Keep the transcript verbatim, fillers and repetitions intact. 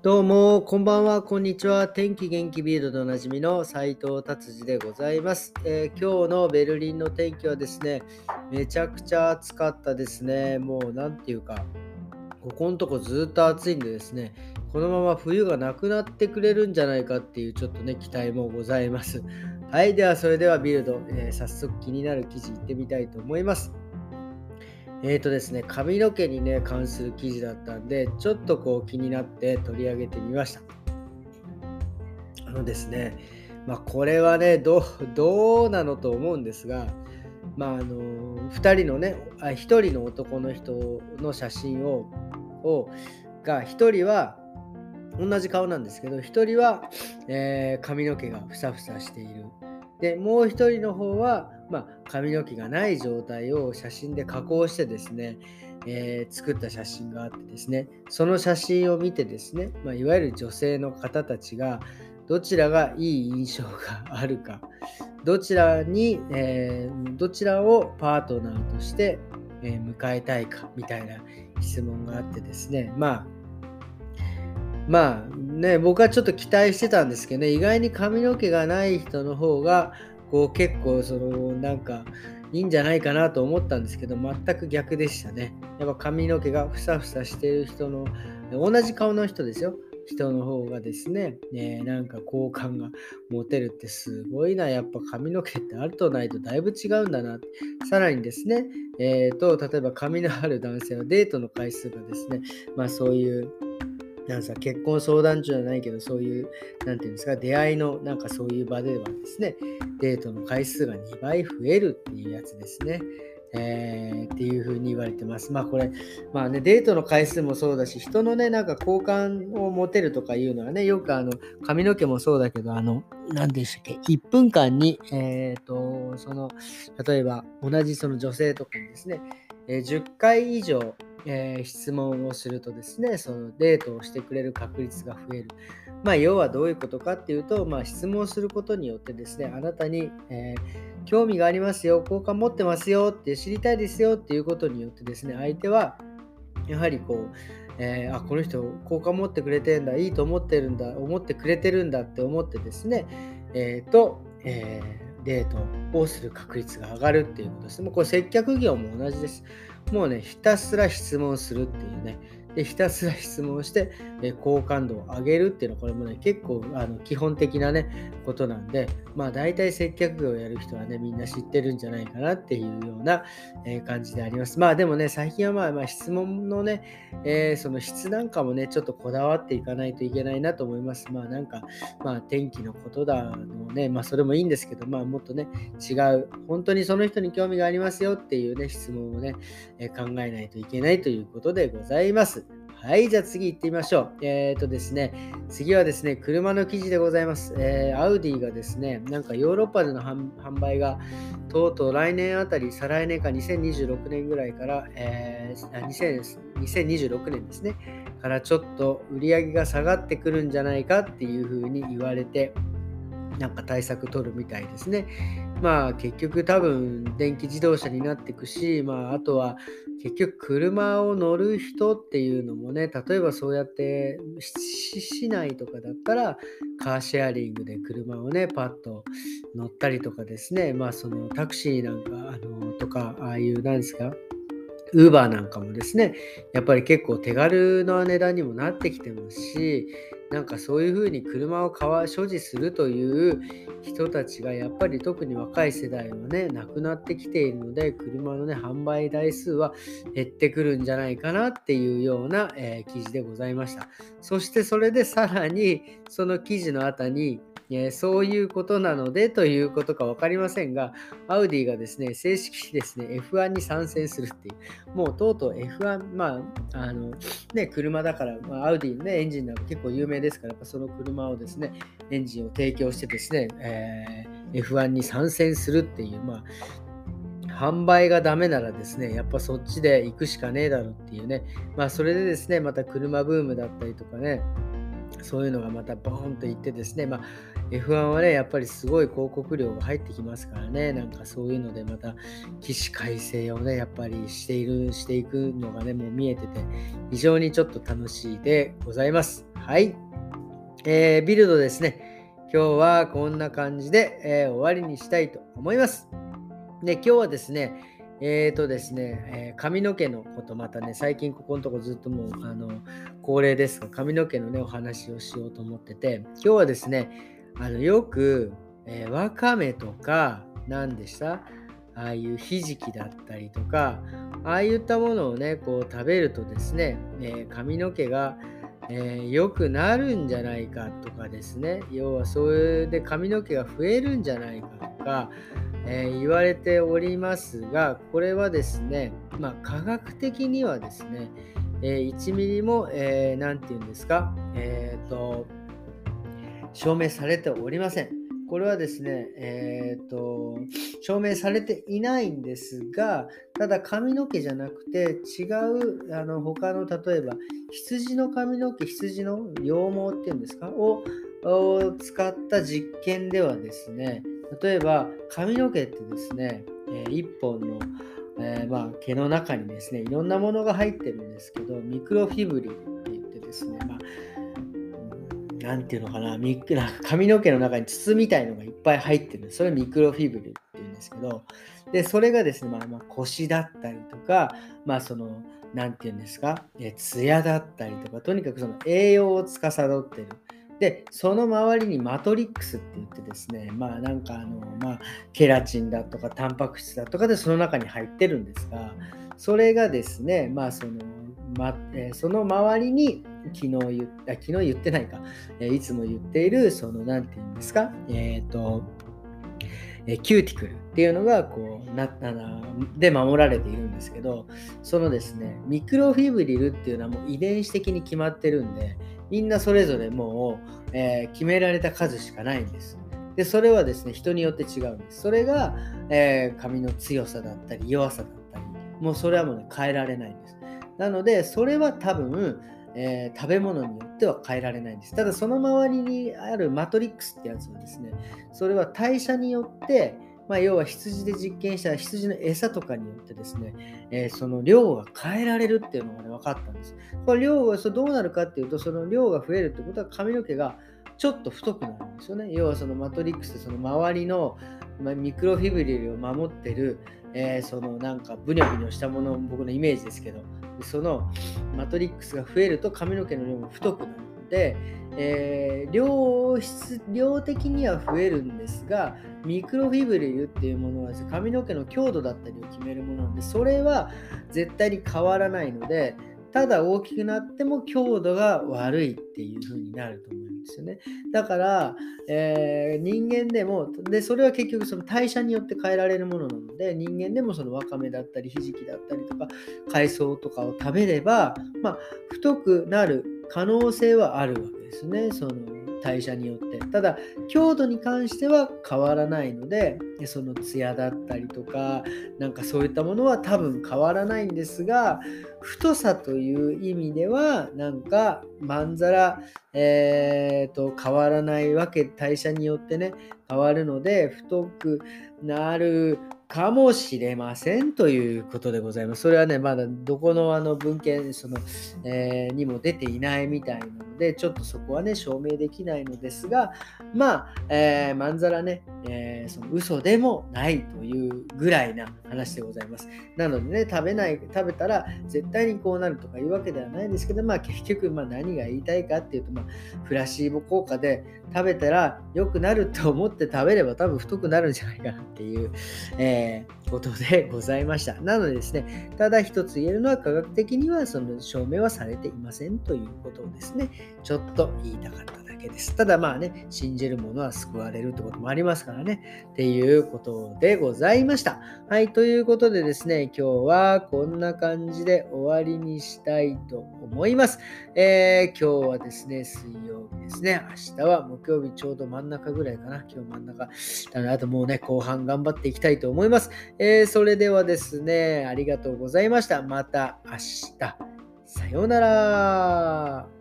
どうも、こんばんは、こんにちは。天気元気ビルドでおなじみの斉藤達治でございます、えー今日のベルリンの天気はですね、めちゃくちゃ暑かったですね。もうなんていうか、ここのとこずっと暑いんでですね、このまま冬がなくなってくれるんじゃないかっていうちょっとね、期待もございます。はい、ではそれではビルド、えー早速気になる記事いってみたいと思います。えーとですね、髪の毛にね、関する記事だったんで、ちょっとこう気になって取り上げてみました。あのですね、まあこれはね、どう、どうなのと思うんですが、まああの、ふたりのね、あ、ひとりの男の人の写真を、をが、ひとりは同じ顔なんですけど、ひとりは、えー髪の毛がふさふさしている。で、もうひとりの方は、まあ、髪の毛がない状態を写真で加工してですね、えー作った写真があってですね、その写真を見てですね、まあ、いわゆる女性の方たちがどちらがいい印象があるか、どちらに、えーどちらをパートナーとして、えー迎えたいかみたいな質問があってですね、まあまあね、僕はちょっと期待してたんですけどね、意外に髪の毛がない人の方が、こう結構そのなんかいいんじゃないかなと思ったんですけど、全く逆でしたね。やっぱ髪の毛がふさふさしている人の、同じ顔の人ですよ。人の方がですね、ねなんか好感が持てるってすごいな。やっぱ髪の毛ってあるとないとだいぶ違うんだなって。さらにですね、えーと、例えば髪のある男性はデートの回数がですね、まあそういうなんさ、結婚相談所じゃないけど、そういう、なんていうんですか、出会いの、なんかそういう場ではですね、デートの回数がにばい増えるっていうやつですね。えーっていう風に言われてます。まあこれ、まあね、デートの回数もそうだし、人のね、なんか好感を持てるとかいうのはね、よくあの、髪の毛もそうだけど、あの、何でしたっけ、いっぷんかんに、えっと、その、例えば同じその女性とかにですね、えーじゅっかい以上、えー質問をするとですね、そのデートをしてくれる確率が増える。まあ、要はどういうことかっていうと、まあ、質問することによってですね、あなたに、えー興味がありますよ、好感持ってますよって知りたいですよっていうことによってですね、相手はやはりこう、えーあ、この人好感持ってくれてるんだ、いいと思ってるんだ、思ってくれてるんだって思ってですね、えーと、えーデートをする確率が上がるっていうことです。もうこれ接客業も同じです。もうね、ひたすら質問するっていうね。で、ひたすら質問して、えー好感度を上げるっていうのは、これもね、結構あの基本的なね、ことなんで、まあ大体接客業をやる人はね、みんな知ってるんじゃないかなっていうような、えー感じであります。まあでもね、最近はまあまあ質問のね、えーその質なんかもね、ちょっとこだわっていかないといけないなと思います。まあなんか、まあ天気のことだのね、まあそれもいいんですけど、まあもっとね、違う、本当にその人に興味がありますよっていうね、質問をね、えー考えないといけないということでございます。はい、じゃあ次行ってみましょう。えっとですね、次はですね、車の記事でございます。えーアウディがですね、なんかヨーロッパでの販販売がとうとう来年あたり、再来年かにせんにじゅうろくねんぐらいから、えー、あにせんにせんにじゅうろくねんですね、からちょっと売り上げが下がってくるんじゃないかっていうふうに言われて、なんか対策取るみたいですね。まあ結局多分電気自動車になっていくし、まああとは結局車を乗る人っていうのもね、例えばそうやってし市内とかだったらカーシェアリングで車をね、パッと乗ったりとかですね、まあそのタクシーなんか、あの、とか、ああいうなんですか、ウーバーなんかもですね、やっぱり結構手軽な値段にもなってきてますし、なんかそういうふうに車を買わ所持するという人たちがやっぱり特に若い世代はね、なくなってきているので、車のね、販売台数は減ってくるんじゃないかなっていうような、えー記事でございました。そしてそれでさらにその記事の後に、えーそういうことなのでということか分かりませんが、アウディがですね、正式にですね、エフワン に参戦するっていう、もうとうとう エフワン、まあ、あの、ね、車だから、まあ、アウディのね、エンジンなんか結構有名ですから、やっぱその車をですね、エンジンを提供してですね、えー エフワン に参戦するっていう、まあ、販売がダメならですね、やっぱそっちで行くしかねえだろっていうね、まあそれでですね、また車ブームだったりとかね、そういうのがまたボーンといってですね、まあエフワン はね、やっぱりすごい広告料が入ってきますからね、なんかそういうのでまた起死回生をね、やっぱりしている、していくのがね、もう見えてて、非常にちょっと楽しいでございます。はい。えー、ビルドですね。今日はこんな感じで、えー終わりにしたいと思います。で、今日はですね、えーとですね、えー髪の毛のことまたね、最近ここのとこずっともう、あの、恒例ですが、髪の毛のね、お話をしようと思ってて、今日はですね、あの、よく、えーわかめとか、何でしたああいうひじきだったりとか、ああいったものをね、こう食べるとですね、えー髪の毛が、えー良くなるんじゃないかとかですね、要はそれで髪の毛が増えるんじゃないかとか、えー言われておりますが、これはですね、まあ、科学的にはですね、えーいちミリも、えーなんて言うんですか、えーと、証明されておりません。これはですね、えーと、証明されていないんですが、ただ髪の毛じゃなくて違う、あの、他の、例えば、羊の髪の毛、羊の羊毛っていうんですか、をを使った実験ではですね、例えば髪の毛ってですね、えー、一本の、えーまあ、毛の中にですね、いろんなものが入ってるんですけど、ミクロフィブリルって言ってですね、まあ、なんていうのかな、ミクなんか髪の毛の中に筒みたいのがいっぱい入ってる。それミクロフィブルっていうんですけど、で、それがですね、まあ、まあ腰だったりとか、まあその、なんていうんですか、え、ツヤだったりとか、とにかくその栄養を司ってる。で、その周りにマトリックスって言ってですね、まあなんかあの、まあ、ケラチンだとか、タンパク質だとかでその中に入ってるんですが、それがですね、まあその、まえーその周りに昨日言った、昨日言ってないか、えーいつも言っている、その、なんて言うんですか、えっと、えーキューティクルっていうのが、こう、な、あの、で守られているんですけど、そのですね、ミクロフィブリルっていうのはもう遺伝子的に決まってるんで、みんなそれぞれもう、えー決められた数しかないんです。で、それはですね、人によって違うんです。それが、えー髪の強さだったり、弱さだったり、もうそれはもうね、変えられないんです。なので、それは多分、えー食べ物によっては変えられないんです。ただ、その周りにあるマトリックスってやつはですね、それは代謝によって、まあ、要は羊で実験した羊の餌とかによってですね、えーその量が変えられるっていうのがね、分かったんです。これ量がそうどうなるかっていうと、その量が増えるってことは髪の毛がちょっと太くなるんですよね。要はそのマトリックス、その周りの、まあ、ミクロフィブリルを守ってる、えーそのなんかブニョブニョしたもの、僕のイメージですけど、そのマトリックスが増えると髪の毛の量も太くなるので、えー量質量的には増えるんですが、ミクロフィブリルっていうものはですね髪の毛の強度だったりを決めるものなので、それは絶対に変わらないので、ただ大きくなっても強度が悪いっていう風になると思うんですよね。だから、えー人間でも、で、それは結局その代謝によって変えられるものなので、人間でもそのわかめだったり、ひじきだったりとか、海藻とかを食べれば、まあ、太くなる可能性はあるわけですね。その代謝によって。ただ、強度に関しては変わらないので、でそのツヤだったりとか、なんかそういったものは多分変わらないんですが、太さという意味では、なんかまんざら、えーと、変わらないわけ、代謝によってね、変わるので、太くなるかもしれませんということでございます。それはね、まだどこのあの文献その、えーにも出ていないみたいなので、ちょっとそこはね、証明できないのですが、まあ、えーまんざらね、えーその嘘でもないというぐらいな話でございます。なのでね、食べない、食べたら絶対にこうなるとかいうわけではないですけど、まあ結局、まあ何が言いたいかっていうと、まあ、プラシーボ効果で食べたら良くなると思って食べれば多分太くなるんじゃないかなっていう、えーことでございました。なのでですね、ただ一つ言えるのは科学的にはその証明はされていませんということをですね、ちょっと言いたかっただけです。ただまあね、信じる者は救われるってこともありますからね、っていうことでございました。はい、ということでですね、今日はこんな感じで終わりにしたいと思います。えー今日はですね、水曜日ですね。明日は木曜日ちょうど真ん中ぐらいかな。今日真ん中。なのであともうね、後半頑張っていきたいと思います。えーそれではですね、ありがとうございました。また明日。さようなら。